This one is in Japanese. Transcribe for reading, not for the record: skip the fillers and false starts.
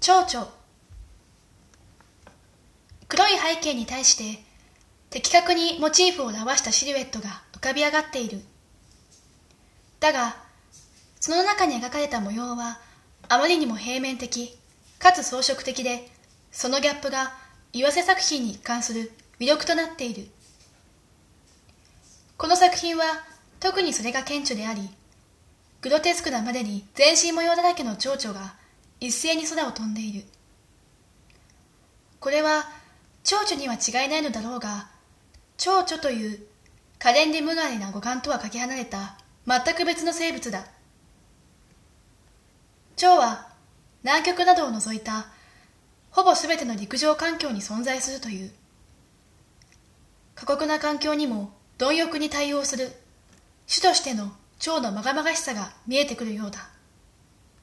蝶々。黒い背景に対して的確にモチーフを表したシルエットが浮かび上がっている。だがその中に描かれた模様はあまりにも平面的かつ装飾的で、そのギャップが岩瀬作品に一貫する魅力となっている。この作品は特にそれが顕著であり、グロテスクなまでに全身模様だらけの蝶々が一斉に空を飛んでいる。これは蝶々には違いないのだろうが、蝶々という可憐で無害な五感とはかけ離れた全く別の生物だ。蝶は南極などを除いたほぼすべての陸上環境に存在するという。過酷な環境にも貪欲に対応する種としての蝶のまがまがしさが見えてくるようだ。